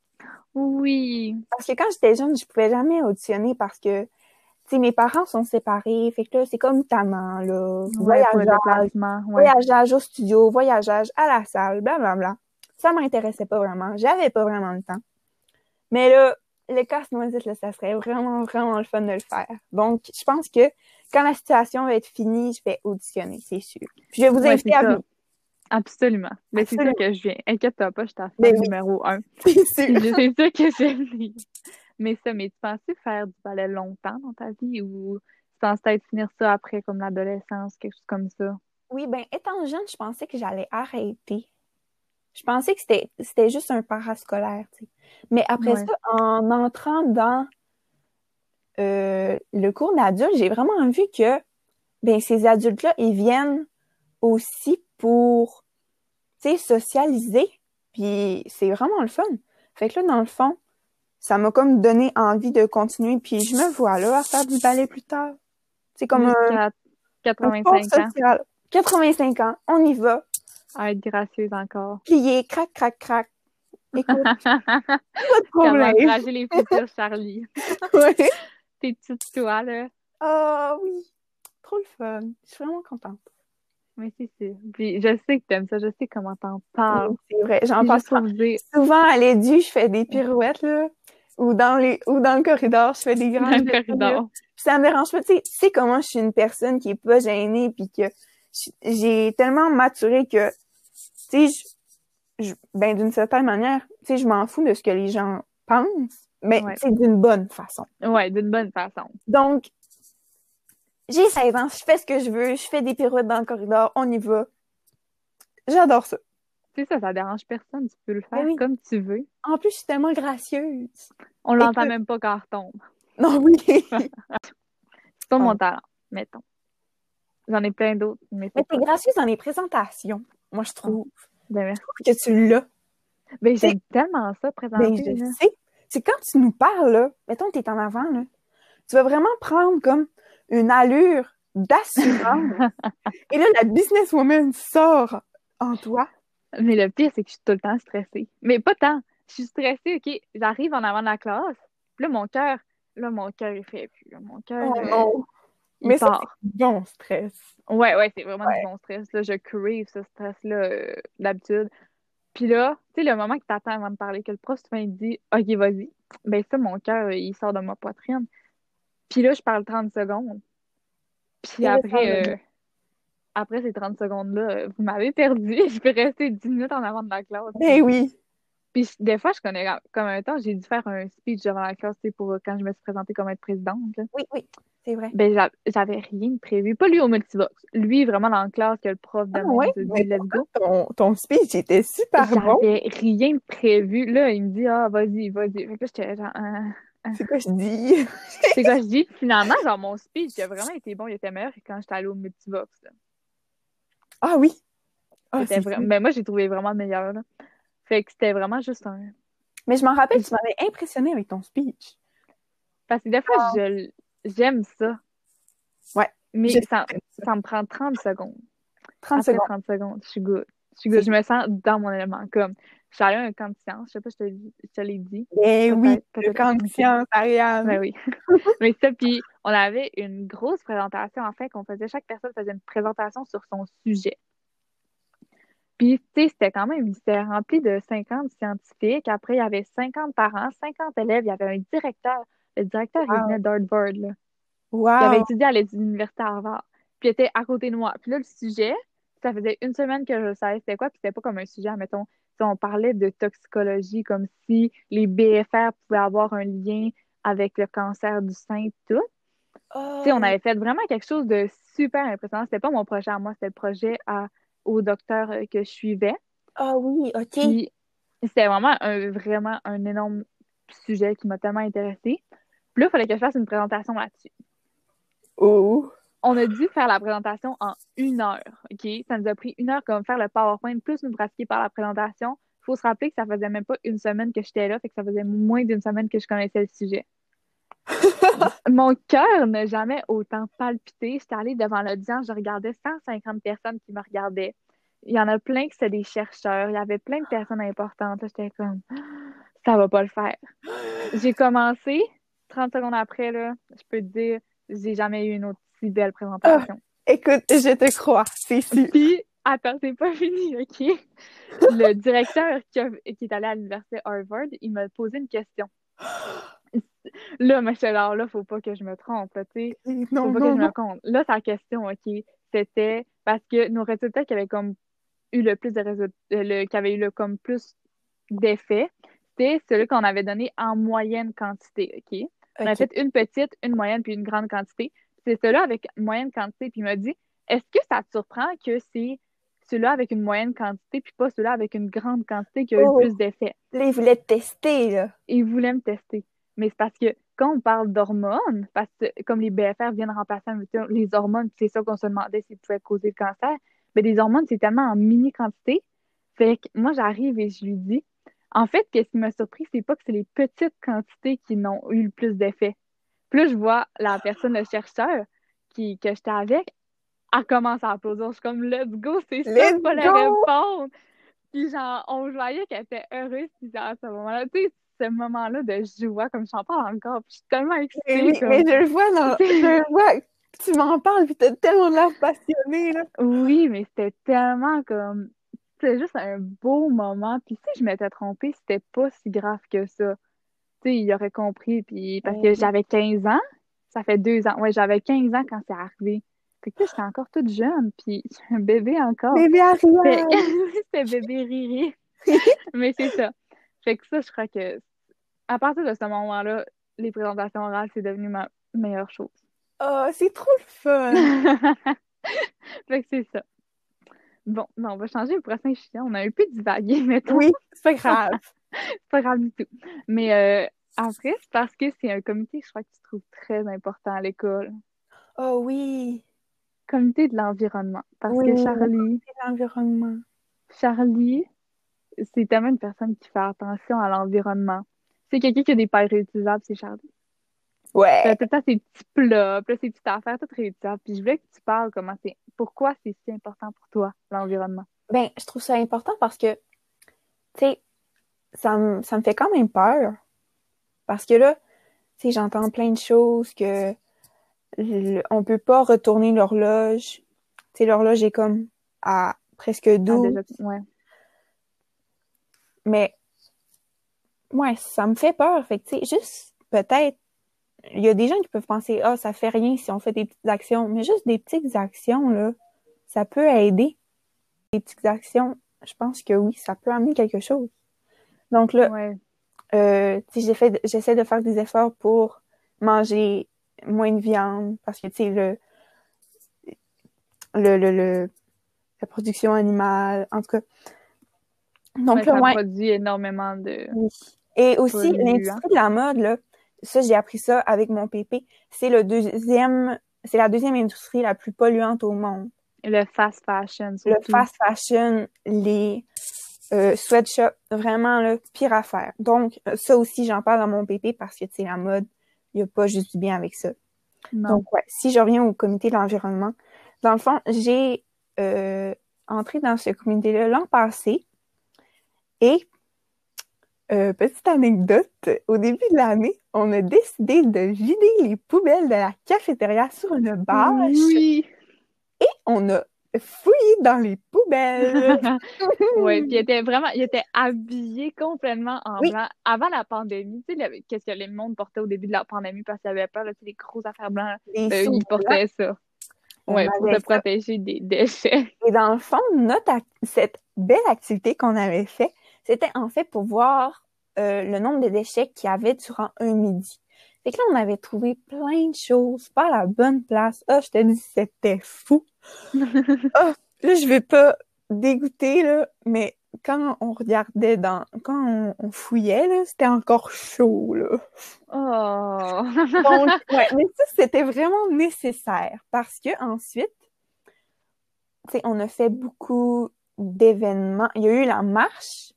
Oui. Parce que quand j'étais jeune, je pouvais jamais auditionner parce que, tu sais, mes parents sont séparés. Fait que là, c'est comme tannant, là. Ouais, pour le Voyageage, déplacement, ouais. voyageage au studio, voyageage à la salle, blablabla. Ça m'intéressait pas vraiment. J'avais pas vraiment le temps. Mais là, le casse-noisette, là, ça serait vraiment, vraiment le fun de le faire. Donc, je pense que quand la situation va être finie, je vais auditionner, c'est sûr. Puis je vais vous Ouais, c'est inviter à ça. venir. Absolument. Mais c'est sûr Absolument. que je viens. Inquiète-toi pas, je suis ta Ben fan oui, numéro un. c'est Puis sûr. je- c'est sûr que je vais venir. Mais ça, mais tu pensais faire du ballet longtemps dans ta vie ou tu pensais peut-être finir ça après, comme l'adolescence, quelque chose comme ça? Oui, ben, étant jeune, je pensais que j'allais arrêter. Je pensais que c'était, c'était juste un parascolaire, tu sais. Mais après Ouais. ça, en entrant dans euh, le cours d'adulte, j'ai vraiment vu que, ben, ces adultes-là, ils viennent aussi pour, tu sais, socialiser. Puis c'est vraiment le fun. Fait que là, dans le fond, ça m'a comme donné envie de continuer. Puis je me vois là à faire du ballet plus tard. C'est comme un, Jusqu'à un sport quatre-vingt-cinq ans, social. quatre-vingt-cinq ans, on y va. à être gracieuse encore. Plier, crac, crac, crac. Écoute, pas de Comme problème. encourager les futurs Charlie. Ouais. T'es petite toi, là. Ah oui, trop le fun. Je suis vraiment contente. Mais c'est sûr. Puis je sais que t'aimes ça, je sais comment t'en parles. Oui, c'est vrai. J'en Puis passe juste pour vous dire, souvent à l'édu, je fais des pirouettes, là. Ou dans les, ou dans le corridor, je fais des dans grandes le minutes. corridor. Puis ça me dérange pas. Tu sais, tu sais comment je suis une personne qui est pas gênée, puis que je- j'ai tellement maturé que, tu sais, je, je- ben d'une certaine manière, tu sais, je m'en fous de ce que les gens pensent, mais Ouais. c'est d'une bonne façon. Ouais, d'une bonne façon. Donc, j'ai seize ans, je fais ce que je veux, je fais des pirouettes dans le corridor, on y va. J'adore ça. Tu sais, ça, ça dérange personne. Tu peux le Mais faire oui. comme tu veux. En plus, je suis tellement gracieuse. On l'entend Écoute, même pas quand on retombe. non, oui. C'est pas Ah. mon talent, mettons. J'en ai plein d'autres, mais Mais c'est t'es pas. gracieuse dans les présentations, moi, je Ah, trouve. ben Je merci. trouve que tu l'as. Ben Tu sais, j'aime tellement ça, ben, présenter, je là. sais. C'est quand tu nous parles, là, mettons, t'es en avant, là, tu vas vraiment prendre comme une allure d'assurance. Et là, la businesswoman sort en toi. Mais le pire, c'est que je suis tout le temps stressée. Mais pas tant. Je suis stressée, OK? J'arrive en avant de la classe. Puis là, mon cœur, là, mon cœur, il fait plus. Là. Mon cœur, Oh euh, non. il Mais ça, c'est part. bon stress. Ouais, ouais, c'est vraiment du Ouais. bon stress. Là, je crave ce stress-là euh, d'habitude. Puis là, tu sais, le moment que t'attends avant de parler, que le prof souvent il dit OK, vas-y. Ben ça, mon cœur, euh, il sort de ma poitrine. Puis là, je parle trente secondes. Puis Et là, ça va après, bien. euh, après ces trente secondes-là, euh, vous m'avez perdu. Je peux rester dix minutes en avant de la classe. Ben Puis, oui. puis je- des fois, je connais comme un temps, j'ai dû faire un speech devant la classe, tu sais, pour euh, quand je me suis présentée comme être présidente. Là. Oui, oui, c'est vrai. Ben, j'a- j'avais rien de prévu. Pas lui au multivox. Lui, vraiment dans la classe, que le prof de Ah maths ouais, nous a dit mais let's pourtant, go. ton, ton speech était super bon. J'avais rien de prévu. Là, il me dit, ah, vas-y, vas-y. Fait que là, j'étais genre, ah, ah. C'est quoi je dis? C'est quoi je dis? Finalement, genre, mon speech, il a vraiment été bon. Il était meilleur que quand j'étais allée au multivox. Là. Ah oui. Ah, C'était c'est vrai... fou. Mais moi, j'ai trouvé vraiment meilleur. Là. Fait que c'était vraiment juste un. Mais je m'en rappelle, Puis, tu m'avais impressionné avec ton speech. parce que des fois, je... j'aime ça. Ouais. Mais Je ça... ça me prend trente secondes. trente Après secondes. trente secondes, je suis good. Je suis good. C'est Je me sens dans mon élément. Comme, je suis allée à un camp de science. Je sais pas si je te, je te l'ai dit. Ben oui, Peut-être, le peut-être. camp de Ok. science, Ariane. Ben oui. Mais ça, puis on avait une grosse présentation, en fait, qu'on faisait, chaque personne faisait une présentation sur son sujet. Puis, tu sais, c'était quand même, c'était rempli de cinquante scientifiques. Après, il y avait cinquante parents, cinquante élèves. Il y avait un directeur. Le directeur, il Wow. venait d'Harvard, là. Il avait Wow. étudié à l'université Harvard. Puis, il était à côté de moi. Puis là, le sujet, ça faisait une semaine que je savais c'était quoi. Puis, c'était pas comme un sujet, admettons, si on parlait de toxicologie, comme si les B F R pouvaient avoir un lien avec le cancer du sein, tout. Tu sais, on Oh. avait fait vraiment quelque chose de super impressionnant. C'était pas mon projet à moi, c'était le projet à, au docteur euh, que je suivais. Ah oui, OK. Puis c'était vraiment un, vraiment un énorme sujet qui m'a tellement intéressée. Puis là, il fallait que je fasse une présentation là-dessus. Oh. On a dû faire la présentation en une heure, OK? Ça nous a pris une heure comme faire le PowerPoint, plus nous pratiquer par la présentation. Il faut se rappeler que ça faisait même pas une semaine que j'étais là, fait que ça faisait moins d'une semaine que je connaissais le sujet. Mon cœur n'a jamais autant palpité. J'étais allée devant l'audience, je regardais cent cinquante personnes qui me regardaient. Il y en a plein qui c'était des chercheurs, il y avait plein de personnes importantes. Là, j'étais comme, ça va pas le faire. J'ai commencé, trente secondes après, là, je peux te dire, j'ai jamais eu une aussi belle Ah, présentation. écoute, je te crois, c'est sûr. Puis, attends, c'est pas fini, OK? Le directeur qui, a- qui est allé à l'université Harvard, il m'a posé une question. Là, mais j'étais là, là, faut pas que je me trompe, là, tu sais. Faut Non, pas que non, je me non. compte. Là, sa question, OK, c'était parce que nos résultats qui avaient comme eu le plus de résultats, le, qui avaient eu le comme plus d'effets, c'était celui qu'on avait donné en moyenne quantité, OK? On a OK. fait une petite, une moyenne, puis une grande quantité. C'est celui-là avec moyenne quantité, puis il m'a dit, est-ce que ça te surprend que c'est celui-là avec une moyenne quantité, puis pas celui-là avec une grande quantité qui a eu le Oh, plus d'effets? là, il voulait te tester, là. Et il voulait me tester. Mais c'est parce que quand on parle d'hormones, parce que comme les B F R viennent remplacer un peu les hormones, c'est ça qu'on se demandait s'ils pouvaient causer le cancer, mais des hormones, c'est tellement en mini quantité. Fait que moi, j'arrive et je lui dis, en fait, ce qui m'a surpris, c'est pas que c'est les petites quantités qui n'ont eu le plus d'effet. Plus je vois la personne, le chercheur qui, que j'étais avec, elle commence à applaudir. Je suis comme, let's go, c'est ça, Let's il fallait go! répondre. Puis genre, on voyait qu'elle était heureuse, puis à ce moment-là, tu sais, ce moment-là de joie, comme j'en parle encore, puis je suis tellement Eh excitée, oui, mais comme... je le vois dans, je c'est- le vois, tu m'en parles, puis t'as tellement l'air passionné, là. Oui, mais c'était tellement comme... C'était juste un beau moment, puis si je m'étais trompée, c'était pas si grave que ça. Tu sais, il aurait compris, puis parce que Eh, j'avais quinze ans, ça fait deux ans. Ouais, j'avais quinze ans quand c'est arrivé. Fait que là, j'étais encore toute jeune, puis un bébé encore. bébé Fait que Ariane! c'était bébé Riri. Mais c'est ça. Fait que ça, je crois que à partir de ce moment-là, les présentations orales, c'est devenu ma meilleure chose. Oh, c'est trop le fun! Fait que c'est ça. Bon, non, on va changer le prochain chien. On a un peu divagué, mettons. Oui, c'est pas grave. C'est pas grave du tout. Mais euh, après, c'est parce que c'est un comité que je crois que tu trouves très important à l'école. Oh oui, Comité de l'environnement. Parce oui, que Charlie, c'est l'environnement. Charlie, c'est tellement une personne qui fait attention à l'environnement. C'est quelqu'un qui a des pailles réutilisables, c'est Charlie. T'as Ouais. tout le temps ces petits plats, puis là, ces petites affaires toutes réutilisables. Puis je voulais que tu parles comment c'est, pourquoi c'est si important pour toi, l'environnement. Ben, je trouve ça important parce que, tu sais, ça me, ça me fait quand même peur. Parce que là, tu sais, j'entends plein de choses que le- on peut pas retourner l'horloge. Tu sais, l'horloge est comme à presque Ah, douze. déjà, ouais. Mais, ouais, ça me fait peur. Fait que, tu sais, juste, peut-être, il y a des gens qui peuvent penser, ah, ça fait rien si on fait des petites actions. Mais juste des petites actions, là, ça peut aider. Des petites actions, je pense que oui, ça peut amener quelque chose. Donc là, Ouais. euh, tu sais, j'ai fait, j'essaie de faire des efforts pour manger moins de viande parce que, tu sais, le, le, le, le, la production animale, en tout cas. Donc Ouais, là, ça ouais, produit énormément de oui. Et aussi, polluants. l'industrie de la mode, là, ça, j'ai appris ça avec mon pépé, c'est le deuxième, c'est la deuxième industrie la plus polluante au monde. Le fast fashion, Le surtout. fast fashion, les euh, sweatshops, vraiment, là, pire affaire. Donc, ça aussi, j'en parle dans mon pépé parce que, tu sais, la mode, il n'y a pas juste du bien avec ça. Non. Donc, ouais, si je reviens au comité de l'environnement, dans le fond, j'ai euh, entré dans ce comité-là l'an passé et, euh, petite anecdote, au début de l'année, on a décidé de vider les poubelles de la cafétéria sur une bâche Oui. et on a fouillé dans les poubelles. Ouais, puis il était vraiment, il était habillé complètement en Oui, blanc. Avant la pandémie, tu sais, le- qu'est-ce que le monde portait au début de la pandémie parce qu'il avait peur, là, tu sais, les grosses affaires blanches, des ben, sous ils blancs, portaient ça. on Ouais, pour se avait ça. protéger des déchets. Et dans le fond, notre ac- cette belle activité qu'on avait fait, c'était en fait pour voir euh, le nombre de déchets qu'il y avait durant un midi. Fait que là, on avait trouvé plein de choses, pas à la bonne place. Ah, je te dis, c'était fou. Ah, là, je vais pas dégoûter, là, mais quand on regardait dans, quand on, on fouillait, là, c'était encore chaud, là. Oh. Donc, ouais, mais ça, c'était vraiment nécessaire parce que ensuite, tu sais, on a fait beaucoup d'événements. Il y a eu la marche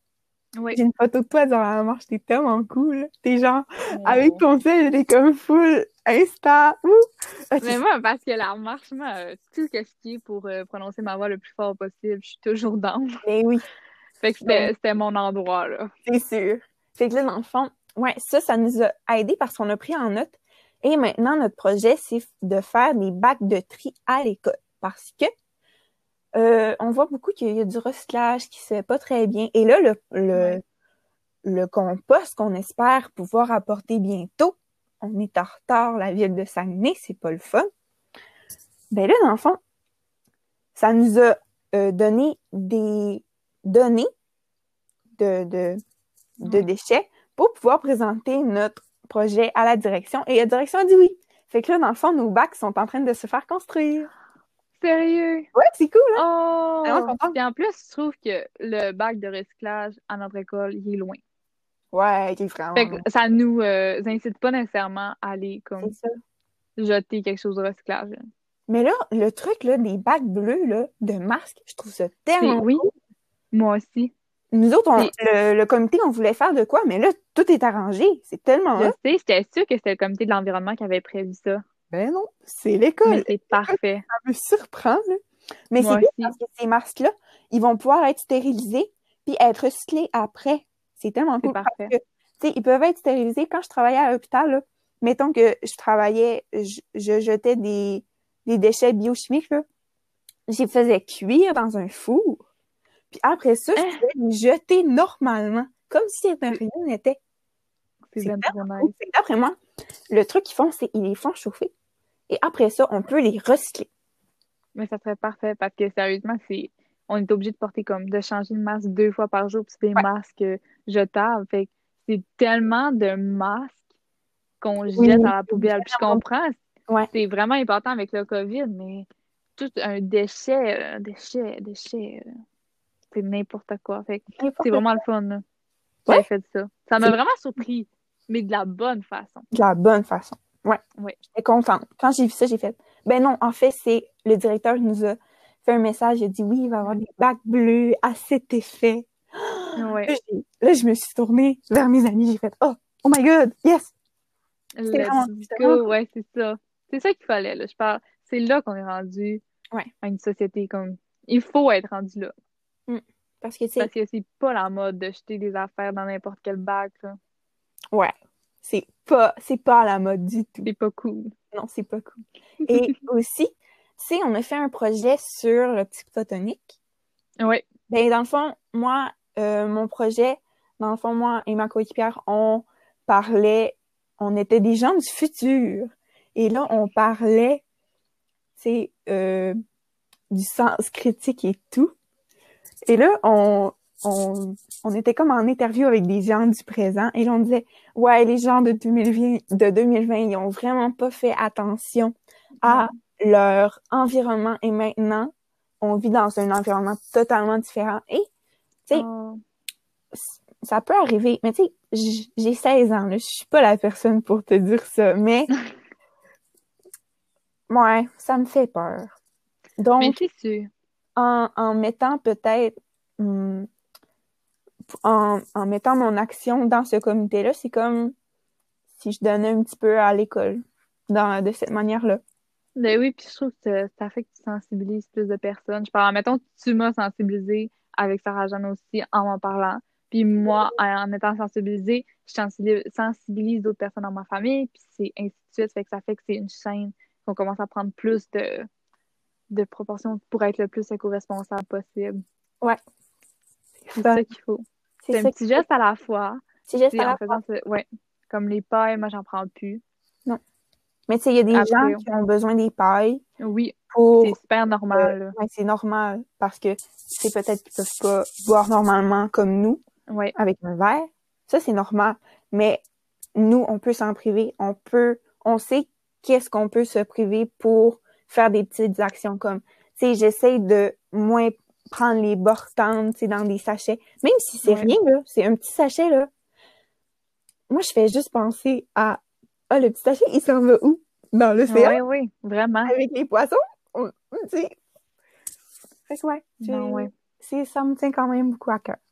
Oui. J'ai une photo de toi dans la marche, t'es tellement cool. T'es genre, avec Oh. ton sel, t'es comme full Insta. Ouh! Ok, Mais moi, parce que la marche, moi, euh, tout ce qui est pour euh, prononcer ma voix le plus fort possible, je suis toujours down. mais oui, Fait que ben, c'était c'était mon endroit, là. c'est sûr. Fait que là, dans le fond, ouais, ça, ça nous a aidé parce qu'on a pris en note. Et maintenant, notre projet, c'est de faire des bacs de tri à l'école. Parce que euh, on voit beaucoup qu'il y a du recyclage qui se fait pas très bien. Et là, le, Ouais. le, le compost qu'on espère pouvoir apporter bientôt, on est en retard, la ville de Saguenay, c'est pas le fun. Ben là, dans le fond, ça nous a euh, donné des données de, de, de Ouais. déchets pour pouvoir présenter notre projet à la direction. Et la direction a dit oui. Fait que là, dans le fond, nos bacs sont en train de se faire construire. Sérieux? Ouais, c'est cool, hein? Vraiment Oh! content. Puis en plus, je trouve que le bac de recyclage à notre école, il est loin. Ouais, c'est Fait vraiment que bon. ça nous euh, incite pas nécessairement à aller C'est comme ça. jeter quelque chose au recyclage. Mais là, le truc là, des bacs bleus là, de masques, je trouve ça C'est tellement oui, cool. moi aussi. Nous autres, on- C'est le, le comité, on voulait faire de quoi, mais là, tout est arrangé. C'est tellement Je hot. sais, j'étais sûre que c'était le comité de l'environnement qui avait prévu ça. Ben non, c'est Mais l'école. c'est parfait. Ça me surprend, là. Mais c'est Moi cool aussi. parce que ces masques-là, ils vont pouvoir être stérilisés puis être recyclés après. C'est tellement C'est cool parce parfait. que, tu sais, ils peuvent être stérilisés. Quand je travaillais à l'hôpital, là, mettons que je travaillais, je, je jetais des, des déchets biochimiques, là, je les faisais cuire dans un four. Puis après ça, je Hein? pouvais les jeter normalement, comme si de C'est rien n'était. c'est C'est ben trop tellement cool. nice. Fait que d'après moi, le truc qu'ils font, c'est qu'ils les font chauffer. Et après ça, on peut les recycler. Mais ça serait parfait parce que sérieusement, c'est on est obligé de porter comme de changer de masque deux fois par jour, puis c'est des Ouais. masques jetables. Fait que c'est tellement de masques qu'on Oui, jette à la c'est poubelle. Puis je vraiment comprends, ouais, c'est vraiment important avec le COVID, mais tout un déchet, un déchet, déchet, euh, c'est n'importe quoi. Fait que c'est n'importe vraiment le quoi. fun, là. Ouais, J'avais fait ça. Ça m'a c'est vraiment surpris, mais de la bonne façon. de la bonne façon. Ouais, Ouais. j'étais contente. Quand j'ai vu ça, j'ai fait, ben non, en fait, c'est le directeur qui nous a fait un message, il a dit oui, il va y avoir des bacs bleus à cet effet. Ouais. Là, j'ai- là, je me suis tournée vers mes amis, j'ai fait, oh, oh my god, yes! C'était Let's vraiment, c'était vraiment go. Ouais, c'est ça. C'est ça qu'il fallait, là. Je parle. C'est là qu'on est rendu cool. Ouais. à une société comme. Il faut être rendu là. Mm. Parce que, tu Parce sais, que c'est pas la mode de jeter des affaires dans n'importe quel bac, là. ouais, c'est pas, c'est pas à la mode du tout. C'est pas cool. Non, c'est pas cool. Et aussi, tu sais, on a fait un projet sur le petit photonique. Ouais. Ben, dans le fond, moi, euh, mon projet, dans le fond, moi et ma coéquipière, on parlait, on était des gens du futur. Et là, on parlait, tu sais, euh, du sens critique et tout. Et là, on, on, on était comme en interview avec des gens du présent. Et là, on disait, ouais, les gens de deux mille vingt, de deux mille vingt, ils ont vraiment pas fait attention à leur environnement. Et maintenant, on vit dans un environnement totalement différent. Et, tu sais, Oh. ça peut arriver, mais tu sais, j- j'ai seize ans, là, je suis pas la personne pour te dire ça, mais ouais, ça me fait peur. Mais Donc, c'est sûr. en, en mettant peut-être, hum, en, en mettant mon action dans ce comité-là, c'est comme si je donnais un petit peu à l'école, dans, de cette manière-là. Ben oui, puis je trouve que ça fait que tu sensibilises plus de personnes. Je parle, mettons, tu m'as sensibilisé avec Sarah Jeanne aussi en m'en parlant. Puis moi, en étant sensibilisée, je sensibilis sensibilise d'autres personnes dans ma famille, puis c'est ainsi de suite. Fait que ça fait que c'est une chaîne qu'on commence à prendre plus de, de proportions pour être le plus éco-responsable possible. Ouais, C'est ça, ça qu'il faut. c'est C'est un ça. petit geste à la fois. C'est juste à C'est en la fois. faisant ça, ouais. Comme les pailles, moi, j'en prends plus. Non. Mais tu sais, il y a des gens Après, qui ont besoin des pailles oui, c'est pour super Euh, normal, là. ouais, c'est normal parce que c'est peut-être qu'ils peuvent pas boire normalement comme nous Ouais, avec un verre. Ça, c'est normal. Mais nous, on peut s'en priver. On peut, on sait qu'est-ce qu'on peut se priver pour faire des petites actions comme, tu sais, j'essaie de moins prendre les bortantes, tu sais, dans des sachets. Même si c'est ouais. rien, là, c'est un petit sachet, là. Moi, je fais juste penser à, ah, le petit sachet, il s'en va où? Dans l'océan? Oui, oui, vraiment. Avec les poissons? On- tu sais, fait que ouais, Non, j'ai- ouais. c'est, ça me tient quand même beaucoup à cœur.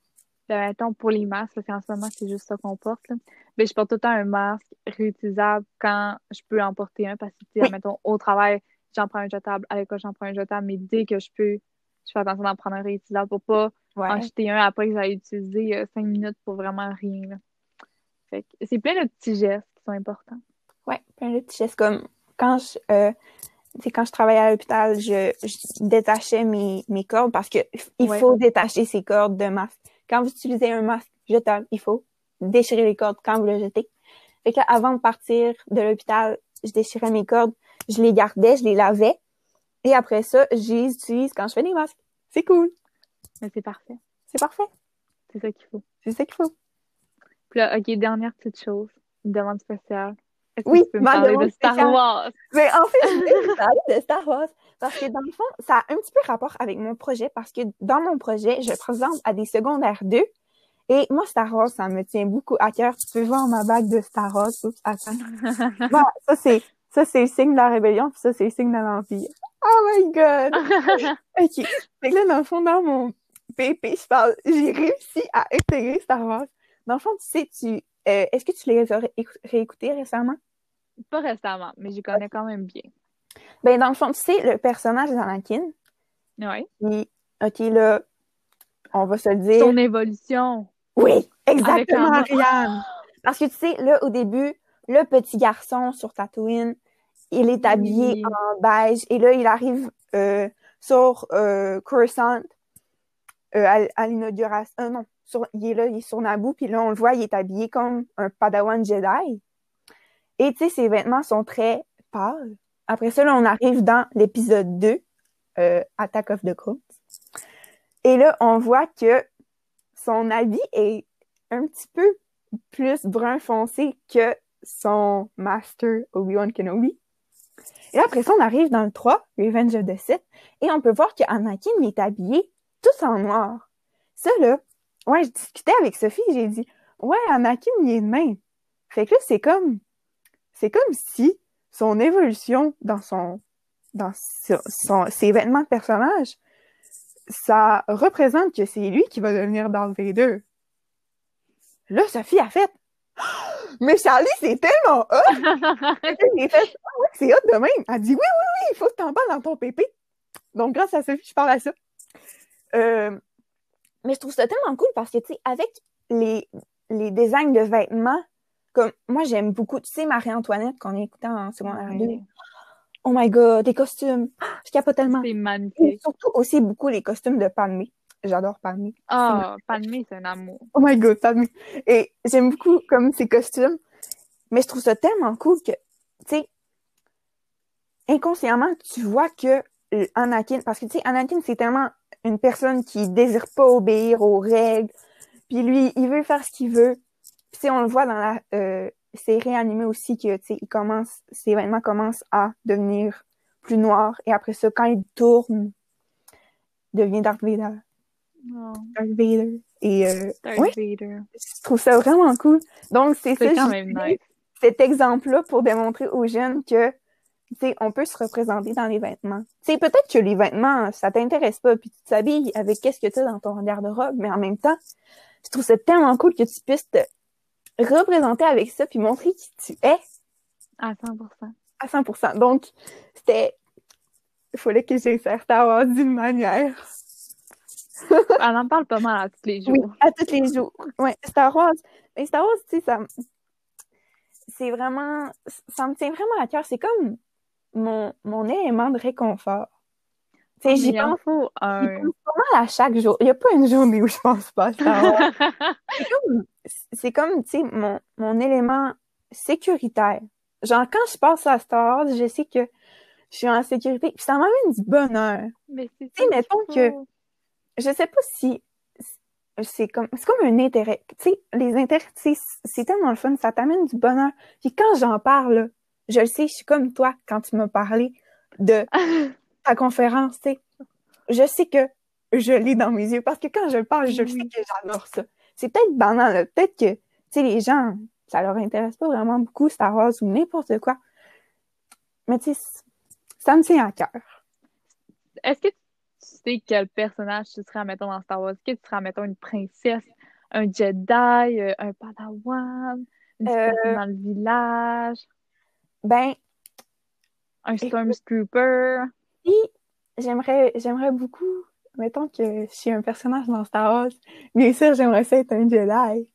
Ben, mettons, pour les masques, parce qu'en ce moment, c'est juste ça qu'on porte, là. Ben, je porte tout le temps un masque réutilisable quand je peux en porter un, parce que, tu sais, Oui, mettons, au travail, j'en prends un jetable, à l'école, j'en prends un jetable, mais dès que je peux, je fais attention d'en prendre un réutilisable pour pas en ouais, jeter un après que j'aille utiliser euh, cinq minutes pour vraiment rien, là. Fait que c'est plein de petits gestes qui sont importants. ouais, plein de petits gestes comme quand je, euh, tu sais, quand je travaillais à l'hôpital, je, je détachais mes, mes cordes parce que il Ouais. faut détacher ces cordes de masque. Quand vous utilisez un masque jetable, il faut déchirer les cordes quand vous le jetez. Fait que là, avant de partir de l'hôpital, je déchirais mes cordes, je les gardais, je les lavais, et après ça, je les utilise quand je fais des masques. C'est cool, Mais c'est parfait. c'est parfait, C'est ça qu'il faut. c'est ça qu'il faut. Puis là, OK, dernière petite chose, une demande spéciale. Est-ce que Oui, tu peux me ma parler de demande Star spéciale. Wars? Mais en fait, je voulais vous parler de Star Wars parce que dans le fond, ça a un petit peu rapport avec mon projet parce que dans mon projet, je présente à des secondaires deux et moi, Star Wars, ça me tient beaucoup à cœur. Tu peux voir ma bague de Star Wars. Oups, attends. Bon, ça, c'est, ça, c'est le signe de la rébellion puis ça, c'est le signe de l'Empire. Oh my God! OK. Fait que là, dans le fond, dans mon P P, je parle, j'ai réussi à intégrer Star Wars. Dans le fond, tu sais, tu, euh, est-ce que tu les as ré- réécoutés récemment? Pas récemment, mais j'y connais quand même bien. Ben, dans le fond, tu sais, le personnage d'Anakin, Ouais. il, OK, là, on va se le dire. Son évolution Oui, avec la exactement, mort. Ariane. Parce que, tu sais, là, au début, le petit garçon sur Tatooine, il est habillé Oui. en beige, et là, il arrive euh, sur euh, Coruscant, euh, à, à l'inauguration. Euh, non, sur, il est là, il est sur Naboo, puis là, on le voit, il est habillé comme un Padawan Jedi. Et, tu sais, ses vêtements sont très pâles. Après ça, là, on arrive dans l'épisode deux, euh, Attack of the Clones. Et là, on voit que son habit est un petit peu plus brun foncé que son master Obi-Wan Kenobi. Et là, après ça, on arrive dans le trois, Revenge of the Sith, et on peut voir qu'Anakin est habillé tout en noir. Ça, là, ouais, je discutais avec Sophie, j'ai dit, ouais, Anakin, il est de même. Fait que là, c'est comme, c'est comme si son évolution dans son, dans son, son- ses vêtements de personnage, ça représente que c'est lui qui va devenir Darth Vader. Là, Sophie a fait, mais Charlie, c'est tellement hot! J'ai fait, ah ouais, c'est hot de même. Elle dit, oui, oui, oui, il faut que t'en parles dans ton P P. Donc, grâce à Sophie, je parle à ça. Euh, mais je trouve ça tellement cool parce que, tu sais, avec les, les designs de vêtements, comme moi, j'aime beaucoup, tu sais, Marie-Antoinette qu'on a écouté en secondaire deux. Ouais. Oh my God, des costumes. Je capote tellement. C'est Et magnifique. surtout aussi beaucoup les costumes de Padmé. J'adore Padmé. Ah, Padmé, c'est un amour. Oh my God, Padmé. Et j'aime beaucoup comme ces costumes. Mais je trouve ça tellement cool que, tu sais, inconsciemment, tu vois que Anakin, parce que, tu sais, Anakin, c'est tellement une personne qui désire pas obéir aux règles. Puis lui, il veut faire ce qu'il veut. Puis, tu sais, on le voit dans la euh, série animée aussi que, tu sais, il commence, ses vêtements commencent à devenir plus noirs. Et après ça, quand il tourne, il devient Darth Vader. Oh, Darth Vader. Et, euh, Darth ouais, Vader. je trouve ça vraiment cool. Donc, c'est ça, C'est quand j'ai même pris nice. cet exemple-là pour démontrer aux jeunes que, tu sais, on peut se représenter dans les vêtements. Tu sais, peut-être que les vêtements, ça t'intéresse pas, puis tu t'habilles avec qu'est-ce que tu as dans ton garde-robe, mais en même temps, je trouve ça tellement cool que tu puisses te représenter avec ça, puis montrer qui tu es À cent pour cent. à cent pour cent. Donc, c'était... Il fallait que j'insère Star Wars d'une manière. On en parle pas mal à tous les jours. Oui, à tous les jours. Ouais, Star Wars. Mais Star Wars, tu sais, ça... c'est vraiment... Ça me tient vraiment à cœur. C'est comme mon, mon élément de réconfort. Tu sais, Mais j'y il en pense, faut j'y un. pense pas mal à chaque jour. Il n'y a pas une journée où je pense pas à Star Wars. C'est comme, c'est comme, tu sais, mon, mon élément sécuritaire. Genre, quand je passe à Star Wars, je sais que je suis en sécurité. Puis ça m'amène du bonheur. Mais c'est Tu ça sais, qu'il mettons que, faut. je sais pas si c'est comme, c'est comme un intérêt. Tu sais, les intérêts, tu sais, c'est tellement le fun, ça t'amène du bonheur. Puis quand j'en parle, là, je le sais, je suis comme toi quand tu m'as parlé de ta conférence, tu sais. Je sais que je l'ai dans mes yeux parce que quand je le parle, je le sais Oui. que j'adore ça. C'est peut-être banal, là. Peut-être que, tu sais, les gens, ça leur intéresse pas vraiment beaucoup Star Wars ou n'importe quoi. Mais tu sais, ça me tient à cœur. Est-ce que tu sais quel personnage tu serais, mettons, dans Star Wars? Est-ce que tu serais, mettons, une princesse un Jedi, euh, un Padawan, une petite personne Euh, dans le village, ben, un écoute, Stormtrooper. si j'aimerais, j'aimerais beaucoup, mettons que je suis un personnage dans Star Wars, bien sûr, j'aimerais ça être un Jedi.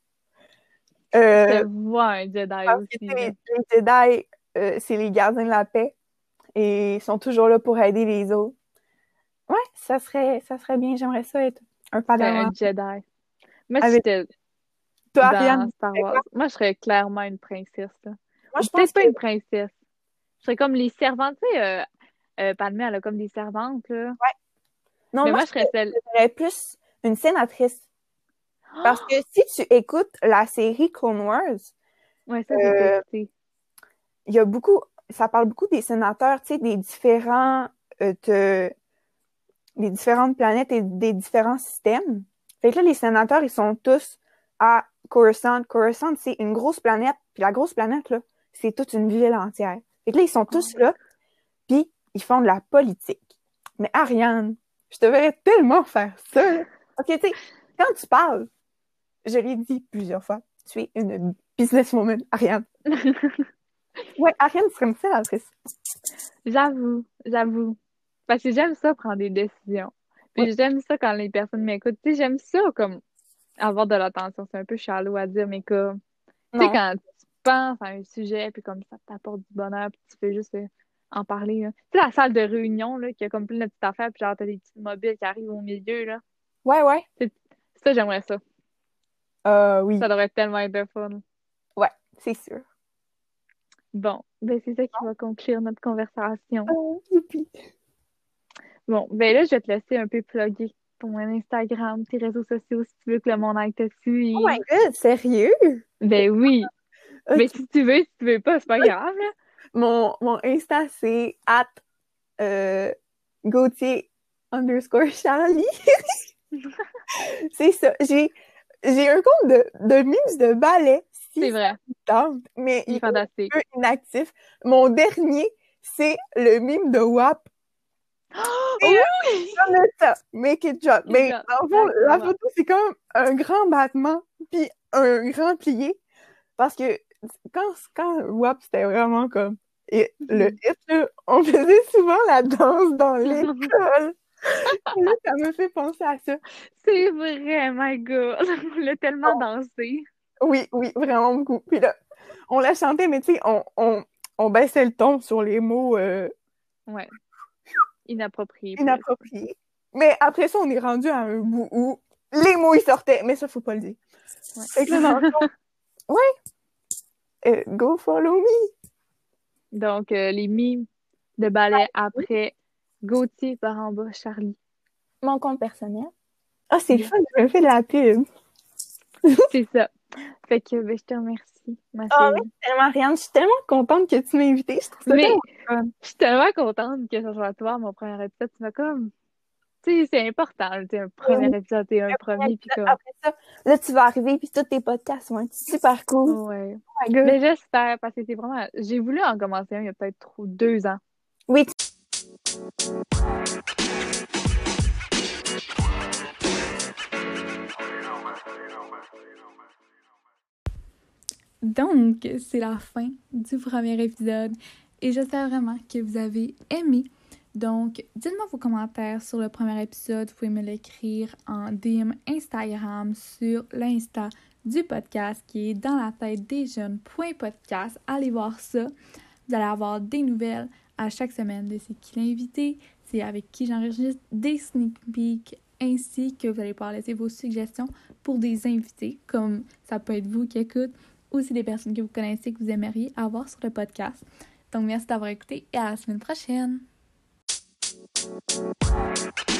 Je Euh, te vois un Jedi parce que tu aussi, sais, là. les, les Jedi, euh, c'est les gardiens de la paix et ils sont toujours là pour aider les autres. Ouais, ça serait, ça serait bien. J'aimerais ça être un T'es un Padawan. Jedi. Moi, si Avec j'étais toi, dans Ariane, Star c'est Wars, quoi? moi, je serais clairement une princesse, là. Moi, Ou je pense peut-être que pas une princesse. Je serais comme les servantes, tu sais, euh, euh, Padmé, elle a comme des servantes, là. non, Mais moi, moi, je je serais celle. serais plus une sénatrice. Parce que si tu écoutes la série Clone Wars, Ouais, ça, j'ai pas euh, écouté. il y a beaucoup, ça parle beaucoup des sénateurs, tu sais, des différents, euh, te- des différentes planètes et des différents systèmes. Fait que là, les sénateurs, ils sont tous à Coruscant. Coruscant, c'est une grosse planète. Puis la grosse planète, là, c'est toute une ville entière. Fait que là, ils sont Oh tous my là, puis ils font de la politique. Mais Ariane, je te verrais tellement faire ça, là. Ok, tu sais, quand tu parles, je l'ai dit plusieurs fois, tu es une businesswoman, Ariane. God. Ouais, Ariane serait une sénatrice. J'avoue, j'avoue. Parce que j'aime ça prendre des décisions. Oui. Puis j'aime ça quand les personnes m'écoutent. Tu sais, j'aime ça comme avoir de l'attention. C'est un peu chalot à dire, mais comme, tu sais, Non. quand tu penses à un sujet, puis comme ça t'apporte du bonheur, puis tu fais juste euh, en parler, là. Tu sais, la salle de réunion, là, qui a comme plein de petites affaires, puis genre, t'as des petites mobiles qui arrivent au milieu, là. Ouais, ouais. C'est- Ça, j'aimerais ça. Euh, oui. Ça devrait tellement être de fun. Ouais, c'est sûr. Bon, ben c'est ça qui va conclure notre conversation. Oh, youpi. Bon, ben là, je vais te laisser un peu plugger ton Instagram, tes réseaux sociaux, si tu veux que le monde aille te Oh my suivre. God, sérieux? Ben oui. Ben Ok. si tu veux, si tu veux pas, c'est pas grave, là. Mon, mon Insta, c'est at euh, Gauthier underscore Charlie. C'est ça. J'ai, j'ai un compte de, de muse de ballet, C'est si ça vrai. vous tente, mais Il il est est un fantastique. peu inactif. Mon dernier, c'est le mime de W A P. Oh Et oui! comme ça, make it drop. Good Mais job. en fond, la Exactement. photo, c'est comme un grand battement, puis un grand plié. Parce que quand, quand W A P, c'était vraiment comme et le hit, là, on faisait souvent la danse dans l'école. Et là, ça me fait penser à ça. C'est vrai, my God. On l'a tellement On- dansé. oui, oui, vraiment beaucoup. Puis là, on la chantait, mais tu sais, on, on, on baissait le ton sur les mots euh, Ouais, inapproprié plus. inappropriés. Mais après ça, on est rendu à un bout où les mots, ils sortaient. Mais ça, faut pas le dire. Ouais. Fait que là, dans le fond, ouais, euh, go follow me. Donc, euh, les mimes de ballet après Gauthier par en bas, Charlie. Mon compte personnel. Ah, c'est le Yes, fun, je me fais de la pub. c'est ça. Fait que ben, je te remercie, ma Ah oui, chérie. tellement rien. Je suis tellement contente que tu m'as invitée. Je trouve ça tellement Mais fun. je suis tellement contente que ce soit toi, mon premier épisode. Tu m'as comme. Tu sais, c'est important. là, Tu sais, un Mais oui, premier épisode, t'es un le premier premier, puis épisode, comme. après ça, là, tu vas arriver, puis tous tes podcasts vont être super cool. Ouais. Oh my God. Mais j'espère, parce que c'est vraiment. J'ai voulu en commencer un il y a peut-être trop deux ans. Oui, Donc, c'est la fin du premier épisode et j'espère vraiment que vous avez aimé. Donc, dites-moi vos commentaires sur le premier épisode. Vous pouvez me l'écrire en D M Instagram sur l'Insta du podcast qui est dans la tête des jeunes.podcast. Allez voir ça. Vous allez avoir des nouvelles à chaque semaine de c'est qui l'invité, c'est avec qui j'enregistre des sneak peeks, ainsi que vous allez pouvoir laisser vos suggestions pour des invités, comme ça peut être vous qui écoutez, ou si des personnes que vous connaissez que vous aimeriez avoir sur le podcast. Donc, merci d'avoir écouté et à la semaine prochaine!